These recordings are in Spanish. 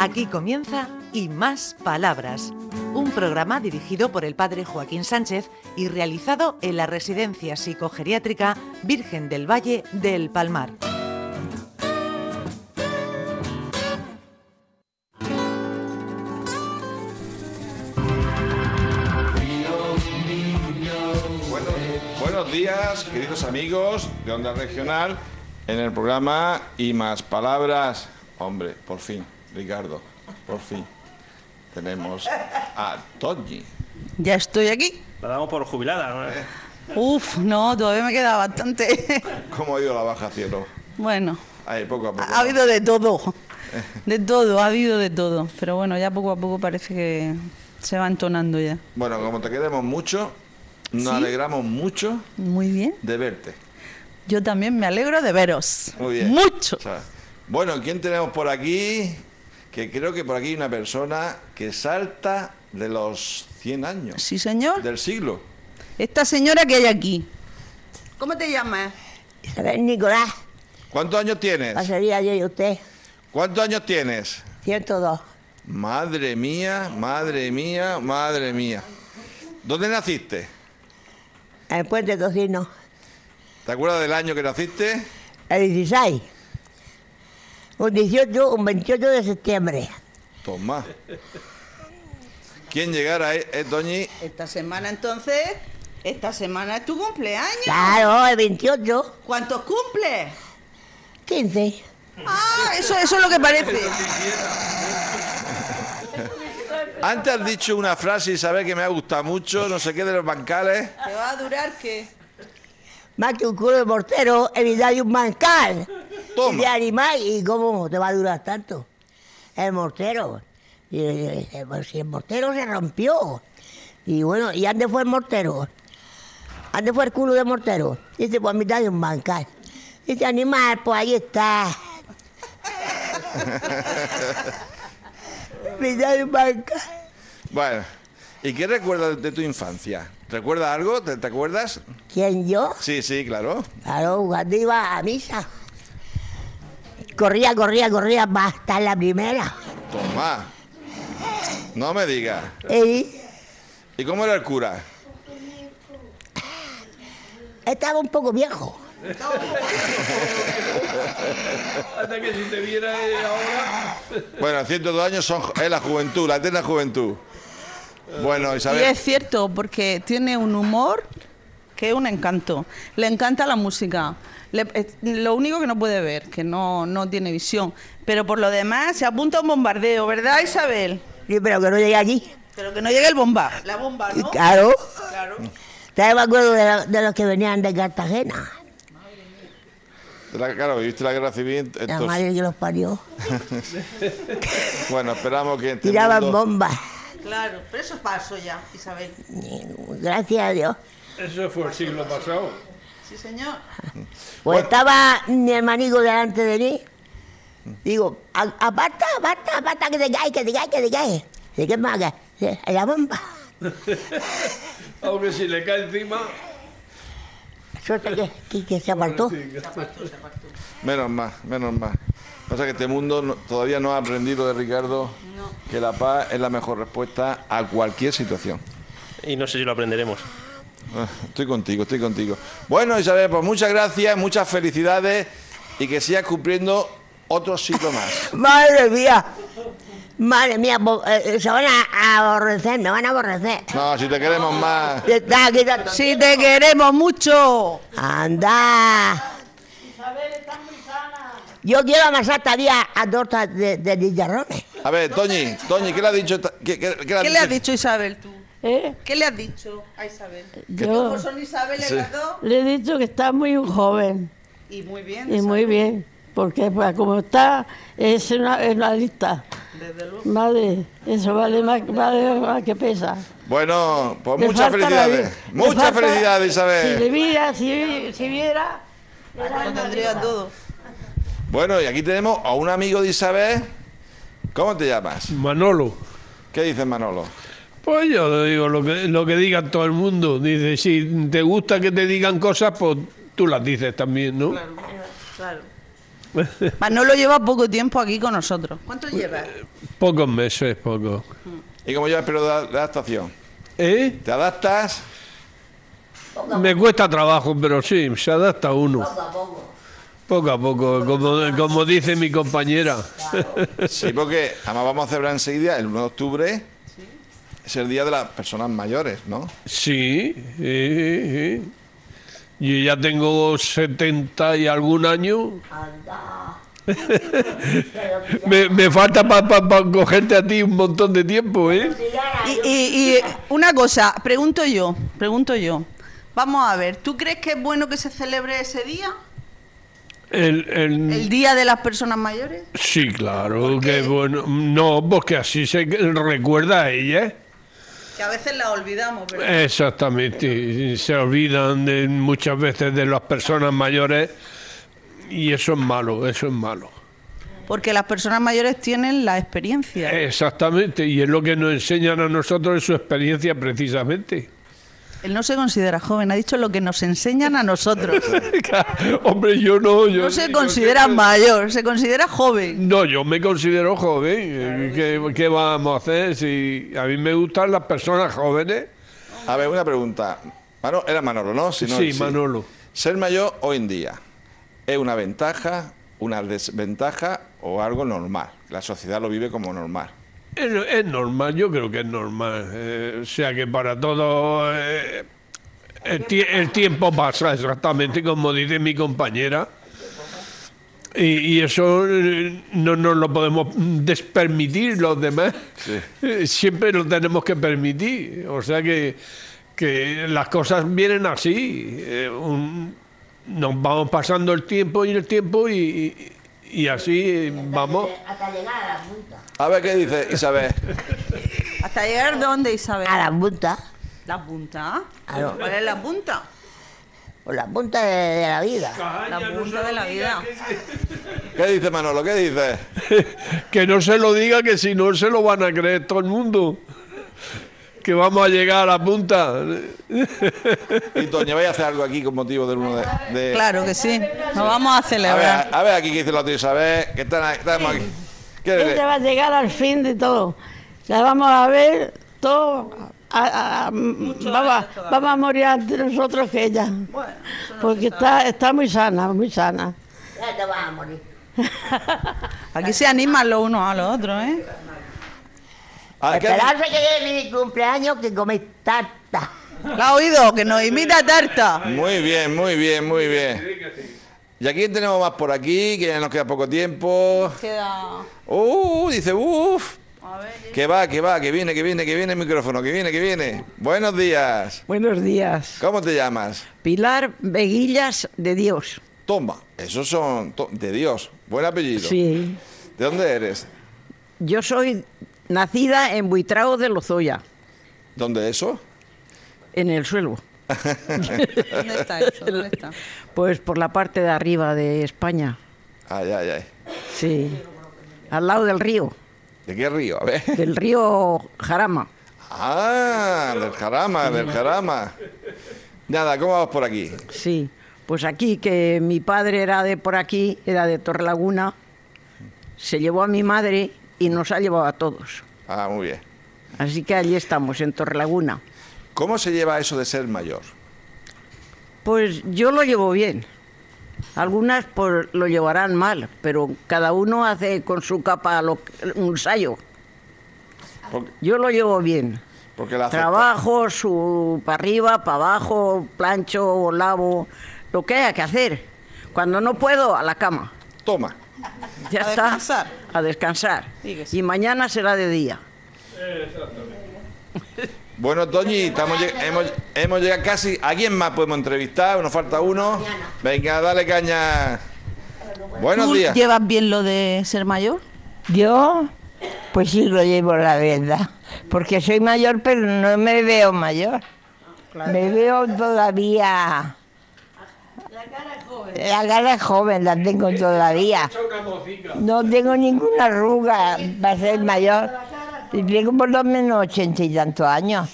Aquí comienza Y Más Palabras, un programa dirigido por el padre Joaquín Sánchez y realizado en la Residencia Psicogeriátrica Virgen del Valle del Palmar. Buenos días, queridos amigos de Onda Regional, en el programa Y Más Palabras. Hombre, por fin, Ricardo, por fin. Tenemos a Toñi. Ya estoy aquí. La damos por jubilada, ¿no? Uf, no, todavía me queda bastante. ¿Cómo ha ido la baja, cielo? Bueno, Ahí, poco a poco. ha habido de todo. De todo, ha habido de todo. Pero bueno, ya poco a poco parece que se va entonando ya. Bueno, como te queremos mucho, nos ¿Sí? alegramos mucho Muy bien. de verte. Yo también me alegro de veros. Muy bien. Mucho. O sea, bueno, ¿quién tenemos por aquí? Que creo que por aquí hay una persona que salta de los 100 años. Sí, señor. Del siglo. Esta señora que hay aquí. ¿Cómo te llamas? Isabel Nicolás, ¿Cuántos años tienes? pasaría yo y usted, ¿Cuántos años tienes? 102, Madre mía, madre mía, madre mía. ¿Dónde naciste? en el puente Tocino, ¿Te acuerdas del año que naciste? el 16, un 28 de septiembre. Toma. ¿Quién llegara, Toñi? Esta semana entonces, esta semana es tu cumpleaños. Claro, el 28, ¿Cuántos cumples? 15. Ah, eso es lo que parece. Antes has dicho una frase, Isabel, que me ha gustado mucho, no sé qué, de los bancales. ¿Te va a durar qué? Más que un culo de mortero, evitar un bancal. Toma. Y de animal, ¿y cómo te va a durar tanto? El mortero. Y, pues, si el mortero se rompió. Y bueno, ¿y dónde fue el mortero? ¿Dónde fue el culo de mortero? Dice, pues a mitad de un bancal. Dice, animal, pues ahí está. Mitad de un bancal. Bueno, ¿y qué recuerdas de tu infancia? ¿Recuerdas algo? ¿Te acuerdas? ¿Quién, yo? Sí, sí, claro. Claro, cuando iba a misa. Corría para estar la primera. Toma. No me digas. ¿Y cómo era el cura? Estaba un poco viejo. Hasta que si te viera ahora... Bueno, 102 años es la juventud, la eterna juventud. Bueno, Y Isabel. es cierto, porque tiene un humor que es un encanto. Le encanta la música. Lo único que no puede ver, que no tiene visión. Pero por lo demás se apunta a un bombardeo, ¿verdad, Isabel? Sí, pero que no llegué aquí. Pero que no llegue el bomba. La bomba, ¿no? Claro. Claro. Todavía me acuerdo de los que venían de Cartagena. Claro, viviste la guerra civil. La Entonces, madre que los parió. bueno, esperamos que este Tiraban mundo- bombas. Claro, pero eso pasó ya, Isabel. Gracias a Dios. Eso fue el siglo pasado. Sí, señor. Pues Bueno. estaba mi hermanico delante de mí. Digo, aparta, que te caes. Dice, ¿qué más? Dice, la bomba. Aunque si le cae encima... Suerte que se apartó. Menos mal, menos mal. Pasa que este mundo todavía no ha aprendido de Ricardo que la paz es la mejor respuesta a cualquier situación. Y no sé si lo aprenderemos. Estoy contigo. Bueno, Isabel, pues muchas gracias, muchas felicidades y que sigas cumpliendo otro siglo más. Madre mía, se van a aborrecer, me van a aborrecer. No, si te queremos más. Te está quitando- Sí, te queremos mucho. Anda. Yo quiero amasar todavía a tortas de chicharrones. A ver, Toñi, ¿qué le has dicho? ¿Qué le has dicho, Isabel, tú? ¿Eh? ¿Qué le has dicho a Isabel? Yo ¿Cómo son Isabel Sí. las dos? le he dicho que está muy joven Y muy bien. y muy Isabel. bien, porque pues, como está, es una lista. Desde luego. Madre, eso vale más que pesa. Bueno, pues Le muchas falta la felicidades. vi- le Muchas falta- felicidades, Si le Isabel. viera, si viera... Lo tendría todo. Bueno, y aquí tenemos a un amigo de Isabel. ¿Cómo te llamas? Manolo. ¿Qué dices, Manolo? Pues yo te digo lo que digan todo el mundo. Dice, si te gusta que te digan cosas, pues tú las dices también, ¿no? Claro. Manolo lleva poco tiempo aquí con nosotros. ¿Cuánto llevas? Pocos meses, poco. ¿Y cómo lleva el periodo de adaptación? ¿Eh? ¿Te adaptas? Me cuesta trabajo, pero sí, se adapta uno. Poco a poco, como dice mi compañera. Sí, porque además vamos a celebrar enseguida, el 1 de octubre, es el Día de las Personas Mayores, ¿no? Sí, sí. Yo ya tengo 70 y algún año. Me falta para cogerte a ti un montón de tiempo, ¿eh? Y una cosa, pregunto yo. Vamos a ver, ¿tú crees que es bueno que se celebre ese día? ¿El Día de las Personas Mayores? Sí, claro, que bueno. No, porque así se recuerda a ella. Que a veces la olvidamos, ¿verdad? Exactamente, se olvidan muchas veces de las personas mayores y eso es malo, eso es malo. Porque las personas mayores tienen la experiencia. Exactamente, y es lo que nos enseñan a nosotros en su experiencia precisamente. Él no se considera joven, ha dicho lo que nos enseñan a nosotros. Hombre, yo no. No se considera mayor, se considera joven. No, yo me considero joven. ¿Qué vamos a hacer si a mí me gustan las personas jóvenes? A ver, una pregunta. Era Manolo, ¿no? Si no, sí, Manolo. Ser mayor hoy en día, ¿es una ventaja, una desventaja o algo normal? La sociedad lo vive como normal. Es normal, yo creo que es normal. O sea que para todo el tiempo pasa, exactamente como dice mi compañera. Y eso no nos lo podemos despermitir los demás. Sí. Siempre lo tenemos que permitir. O sea que las cosas vienen así. Nos vamos pasando el tiempo y así vamos. Hasta llegar a la punta. A ver qué dice Isabel. ¿Hasta llegar dónde, Isabel? A la punta. ¿La punta? Claro. ¿Cuál es la punta? Pues la punta de la vida. La punta de la vida. ¿Qué dice Manolo? ¿Qué dice? Que no se lo diga, que si no se lo van a creer todo el mundo. Que vamos a llegar a la punta. Y Toña, ¿vais a hacer algo aquí con motivo del 1 de...? Claro que sí. Nos vamos a celebrar. A ver aquí qué dice la otra Isabel, que estamos aquí. Ella va a llegar al fin de todo. La vamos a ver todo. Vamos a morir antes nosotros que ella. Bueno, porque está muy sana, muy sana. Ya te vas a morir. Aquí se animan los unos a los otros, ¿eh? Esperarse que llegue mi cumpleaños que coméis tarta. ¿La ha oído? Que nos imita Tarta. Muy bien, muy bien, muy bien. ¿Y a quién tenemos más por aquí? Que ya nos queda poco tiempo. Queda... Dice, uff. A ver, Que va, que viene el micrófono, que viene. Buenos días. Buenos días. ¿Cómo te llamas? Pilar Veguillas de Dios. Toma, esos son de Dios. Buen apellido. Sí. ¿De dónde eres? Yo soy nacida en Buitrago de Lozoya, ¿Dónde eso? en el suelo. ¿dónde está eso? ¿Dónde está? Pues por la parte de arriba de España. Ay. Sí. Al lado del río. ¿De qué río? A ver. Del río Jarama. Ah, del Jarama. Nada, ¿cómo vas por aquí? Sí. Pues aquí, que mi padre era de por aquí, era de Torrelaguna, se llevó a mi madre y nos ha llevado a todos. Ah, muy bien. Así que allí estamos, en Torrelaguna. ¿Cómo se lleva eso de ser mayor? Pues yo lo llevo bien. Algunas pues lo llevarán mal, pero cada uno hace con su capa un sayo. Yo lo llevo bien. Porque la Trabajo, para arriba, para abajo, plancho, lavo, lo que haya que hacer. Cuando no puedo, a la cama. Toma. Ya ¿A está. descansar? A descansar. Sí que sí. Y mañana será de día. Bueno, Toñi, hemos llegado casi. ¿A quién más podemos entrevistar? Nos falta uno. Venga, dale caña. Buenos ¿Tú días. llevas bien lo de ser mayor? Yo, pues sí lo llevo, la verdad. Porque soy mayor, pero no me veo mayor. Me veo todavía... La cara es joven, la tengo todavía. No tengo ninguna arruga para ser mayor. Y tengo por lo menos 80 y tantos años.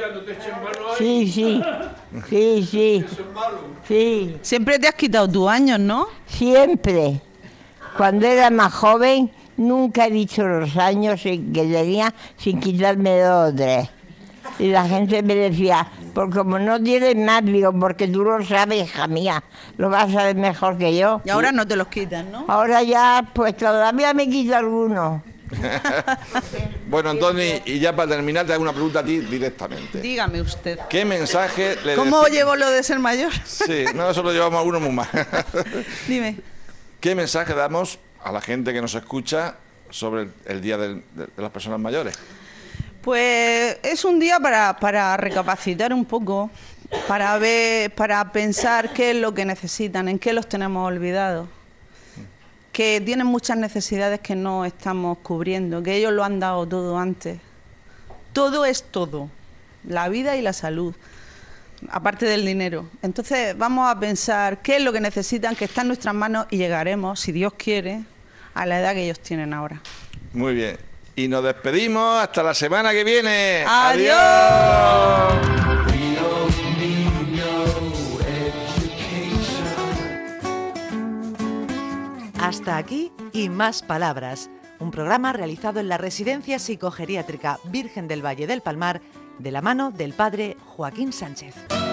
Sí. Sí. Siempre te has quitado tus años, ¿no? Siempre. Cuando era más joven, nunca he dicho los años que tenía sin quitarme 2 o 3. Y la gente me decía, pues como no tienes más, digo, porque tú lo sabes, hija mía, lo vas a saber mejor que yo. Y ahora no te los quitan, ¿no? Ahora ya, pues todavía me quito algunos. Bueno, Antoni, y ya para terminar te hago una pregunta a ti directamente. Dígame usted. ¿Qué mensaje le ¿Cómo llevo lo de ser mayor? Sí, no, eso lo llevamos algunos muy mal. Dime. ¿Qué mensaje damos a la gente que nos escucha sobre el Día de las Personas Mayores? Pues es un día para recapacitar un poco, para ver, para pensar qué es lo que necesitan, en qué los tenemos olvidados, que tienen muchas necesidades que no estamos cubriendo, que ellos lo han dado todo antes. Todo es todo, la vida y la salud, aparte del dinero. Entonces vamos a pensar qué es lo que necesitan, que está en nuestras manos y llegaremos, si Dios quiere, a la edad que ellos tienen ahora. Muy bien. Y nos despedimos hasta la semana que viene. ¡Adiós! Hasta aquí y más palabras. Un programa realizado en la Residencia Psicogeriátrica Virgen del Valle del Palmar de la mano del padre Joaquín Sánchez.